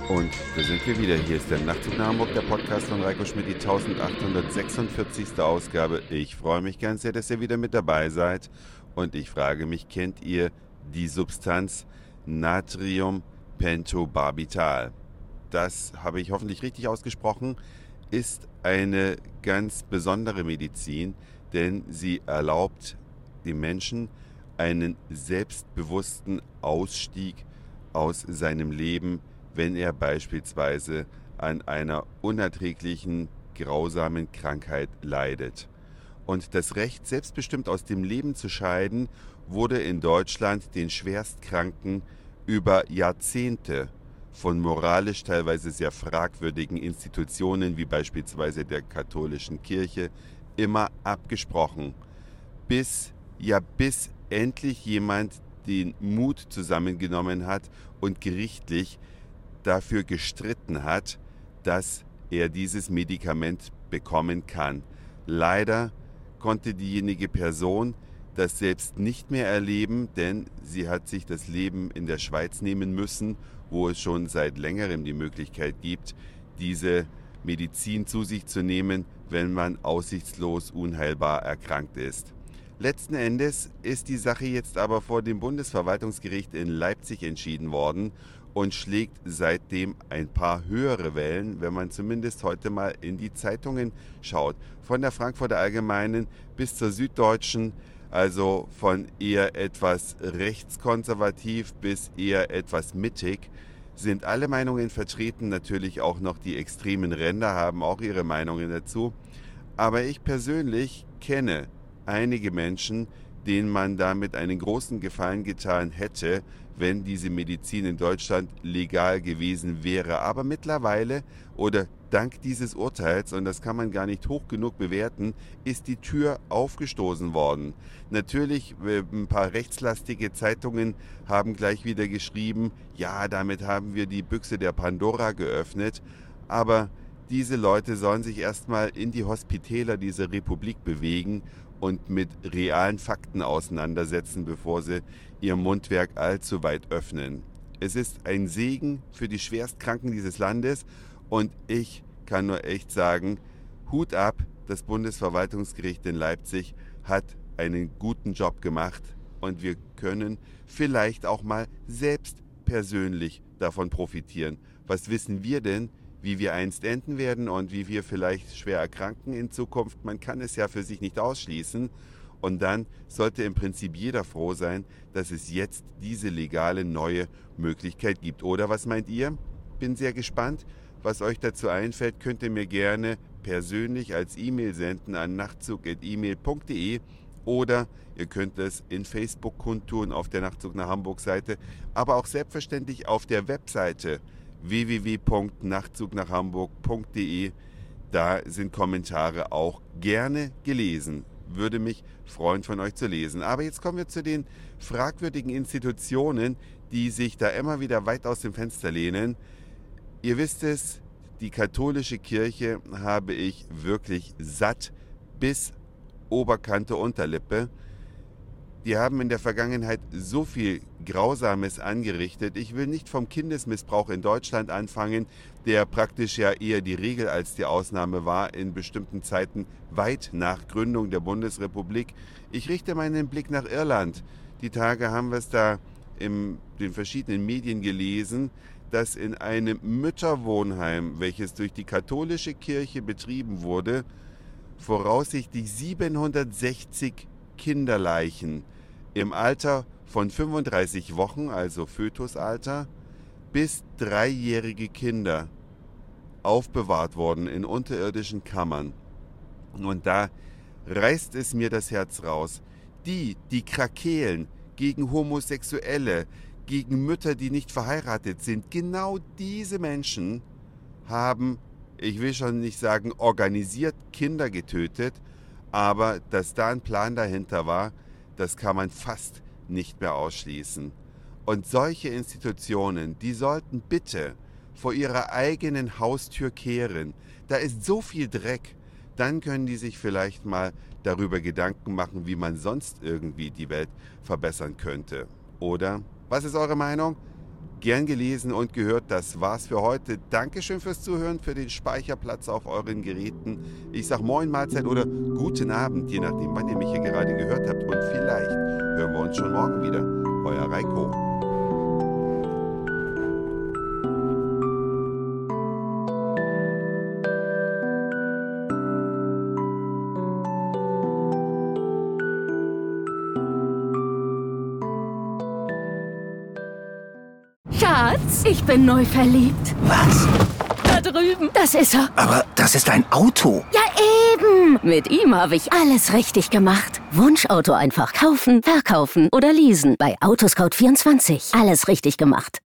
Und da sind wir wieder. Hier ist der Nachtzug nach Hamburg, der Podcast von Reiko Schmidt, die 1846. Ausgabe. Ich freue mich ganz sehr, dass ihr wieder mit dabei seid. Und ich frage mich, kennt ihr die Substanz Natriumpentobarbital? Das habe ich hoffentlich richtig ausgesprochen, ist eine ganz besondere Medizin, denn sie erlaubt dem Menschen einen selbstbewussten Ausstieg aus seinem Leben, wenn er beispielsweise an einer unerträglichen, grausamen Krankheit leidet. Und das Recht, selbstbestimmt aus dem Leben zu scheiden, wurde in Deutschland den Schwerstkranken über Jahrzehnte von moralisch teilweise sehr fragwürdigen Institutionen wie beispielsweise der katholischen Kirche immer abgesprochen, bis endlich jemand den Mut zusammengenommen hat und gerichtlich dafür gestritten hat, dass er dieses Medikament bekommen kann. Leider konnte diejenige Person das selbst nicht mehr erleben, denn sie hat sich das Leben in der Schweiz nehmen müssen, wo es schon seit längerem die Möglichkeit gibt, diese Medizin zu sich zu nehmen, wenn man aussichtslos unheilbar erkrankt ist. Letzten Endes ist die Sache jetzt aber vor dem Bundesverwaltungsgericht in Leipzig entschieden worden und schlägt seitdem ein paar höhere Wellen, wenn man zumindest heute mal in die Zeitungen schaut. Von der Frankfurter Allgemeinen bis zur Süddeutschen, also von eher etwas rechtskonservativ bis eher etwas mittig, sind alle Meinungen vertreten. Natürlich auch noch die extremen Ränder haben auch ihre Meinungen dazu. Aber ich persönlich kenne einige Menschen, denen man damit einen großen Gefallen getan hätte, wenn diese Medizin in Deutschland legal gewesen wäre. Aber mittlerweile oder dank dieses Urteils, und das kann man gar nicht hoch genug bewerten, ist die Tür aufgestoßen worden. Natürlich, ein paar rechtslastige Zeitungen haben gleich wieder geschrieben, ja, damit haben wir die Büchse der Pandora geöffnet. Aber diese Leute sollen sich erstmal in die Hospitäler dieser Republik bewegen und mit realen Fakten auseinandersetzen, bevor sie ihr Mundwerk allzu weit öffnen. Es ist ein Segen für die Schwerstkranken dieses Landes und ich kann nur echt sagen, Hut ab, das Bundesverwaltungsgericht in Leipzig hat einen guten Job gemacht und wir können vielleicht auch mal selbst persönlich davon profitieren. Was wissen wir denn, wie wir einst enden werden und wie wir vielleicht schwer erkranken in Zukunft? Man kann es ja für sich nicht ausschließen. Und dann sollte im Prinzip jeder froh sein, dass es jetzt diese legale neue Möglichkeit gibt. Oder was meint ihr? Bin sehr gespannt. Was euch dazu einfällt, könnt ihr mir gerne persönlich als E-Mail senden an nachtzug@email.de oder ihr könnt es in Facebook kundtun auf der Nachtzug nach Hamburg Seite, aber auch selbstverständlich auf der Webseite www.nachtzugnachhamburg.de. Da sind Kommentare auch gerne gelesen. Würde mich freuen, von euch zu lesen. Aber jetzt kommen wir zu den fragwürdigen Institutionen, die sich da immer wieder weit aus dem Fenster lehnen. Ihr wisst es, die katholische Kirche habe ich wirklich satt bis Oberkante Unterlippe. Die haben in der Vergangenheit so viel Grausames angerichtet. Ich will nicht vom Kindesmissbrauch in Deutschland anfangen, der praktisch ja eher die Regel als die Ausnahme war in bestimmten Zeiten weit nach Gründung der Bundesrepublik. Ich richte meinen Blick nach Irland. Die Tage haben wir es da in den verschiedenen Medien gelesen, dass in einem Mütterwohnheim, welches durch die katholische Kirche betrieben wurde, voraussichtlich 760 Kinderleichen im Alter von 35 Wochen, also Fötusalter, bis 3-jährige Kinder aufbewahrt wurden in unterirdischen Kammern. Und da reißt es mir das Herz raus. Die krakeelen gegen Homosexuelle, gegen Mütter, die nicht verheiratet sind, genau diese Menschen haben, ich will schon nicht sagen organisiert, Kinder getötet, aber dass da ein Plan dahinter war, das kann man fast nicht mehr ausschließen. Und solche Institutionen, die sollten bitte vor ihrer eigenen Haustür kehren. Da ist so viel Dreck. Dann können die sich vielleicht mal darüber Gedanken machen, wie man sonst irgendwie die Welt verbessern könnte. Oder? Was ist eure Meinung? Gern gelesen und gehört. Das war's für heute. Dankeschön fürs Zuhören, für den Speicherplatz auf euren Geräten. Ich sag Moin, Mahlzeit oder guten Abend, je nachdem, wann ihr mich hier gerade gehört habt. Und vielleicht hören wir uns schon morgen wieder. Euer Reiko. Schatz, ich bin neu verliebt. Was? Da drüben. Das ist er. Aber das ist ein Auto. Ja, eben. Mit ihm habe ich alles richtig gemacht. Wunschauto einfach kaufen, verkaufen oder leasen. Bei Autoscout24. Alles richtig gemacht.